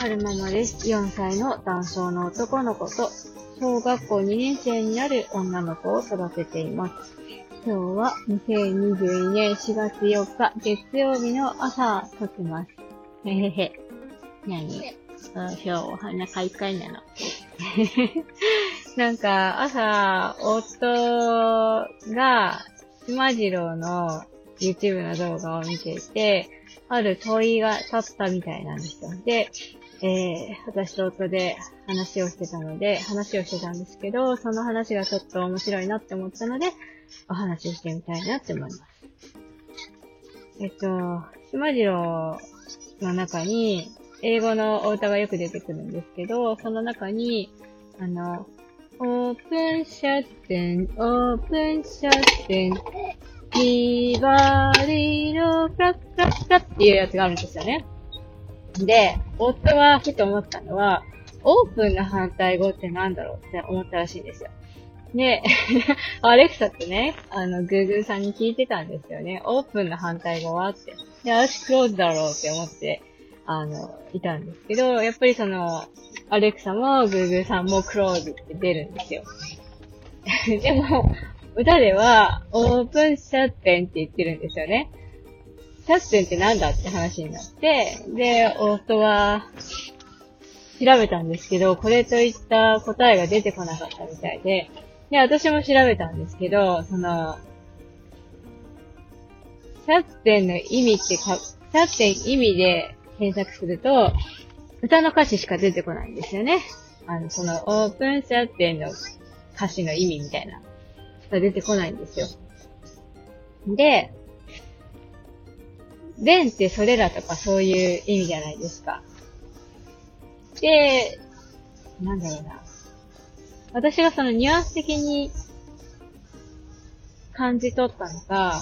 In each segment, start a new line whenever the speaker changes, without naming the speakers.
春ママです。4歳の男性の男の子と、小学校2年生になる女の子を育てています。今日は2022年4月4日月曜日の朝撮ってます。へへへ。何？今日は中1回なの。なんか朝、夫が島次郎の YouTube の動画を見ていて、ある問いが立ったみたいなんですよ。で、私と夫で話をしてたんですけど、その話がちょっと面白いなって思ったので、お話をしてみたいなって思います。島次郎の中に、英語のお歌がよく出てくるんですけど、その中に、オープンシャッテン、オープンシャッテン、ビバリのクラックラックラっていうやつがあるんですよね。で、夫はふと思ったのは、オープンの反対語ってなんだろうって思ったらしいんですよ。で、アレクサってね、Google さんに聞いてたんですよね。オープンの反対語はって。で、私クローズだろうって思って、いたんですけど、やっぱりアレクサも Google さんもクローズって出るんですよ。でも、歌では、オープンシャッテンって言ってるんですよね。シャッテンってなんだって話になって、で、夫は、調べたんですけど、これといった答えが出てこなかったみたいで、で、私も調べたんですけど、シャッテンの意味ってシャッテン意味で検索すると、歌の歌詞しか出てこないんですよね。オープンシャッテンの歌詞の意味みたいな、しか出てこないんですよ。で、thenってそれらとかそういう意味じゃないですか。で、なんだろうな。私がニュアンス的に感じ取ったのが、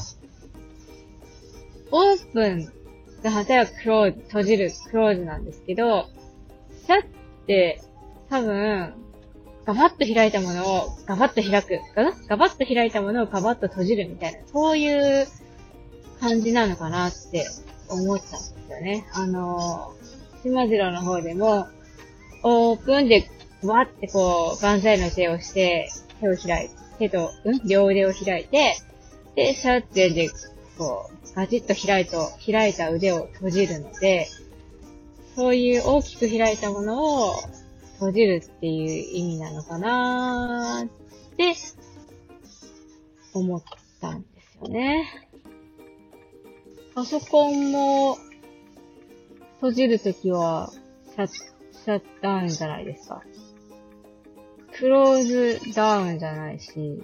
オープンが反対はクローズ、閉じる、クローズなんですけど、シャッって多分、ガバッと開いたものをガバッと開く、ガバッと開いたものをガバッと閉じるみたいな、そういう感じなのかなって思ったんですよね。島次郎の方でも、オープンで、わって万歳の手をして、手を開いて、両腕を開いて、で、シャッテンで、ガチッと開いた腕を閉じるので、そういう大きく開いたものを閉じるっていう意味なのかなーって思ったんですよね。パソコンも閉じるときはシャットダウンじゃないですか。クローズダウンじゃないし。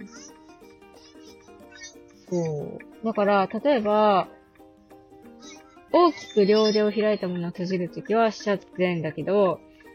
そう。だから、例えば、大きく両腕を開いたものを閉じるときはシャットダウンだけど、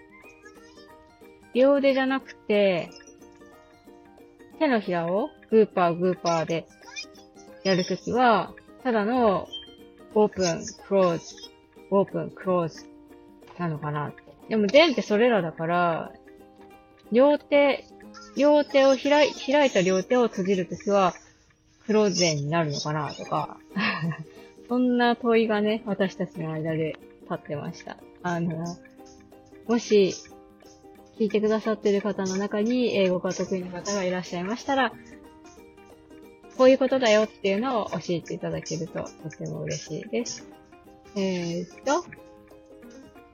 両腕じゃなくて、手のひらをグーパーでやるときは、ただのオープン、クローズなのかなって。でも、thenってそれらだから、両手を開いた両手を閉じるときは、クローズthenになるのかなとか、そんな問いがね、私たちの間で立ってました。もし、聞いてくださってる方の中に英語が得意な方がいらっしゃいましたら、こういうことだよっていうのを教えていただけるととても嬉しいです。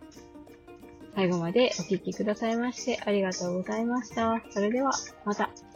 最後までお聞きくださいましてありがとうございました。それでは、また。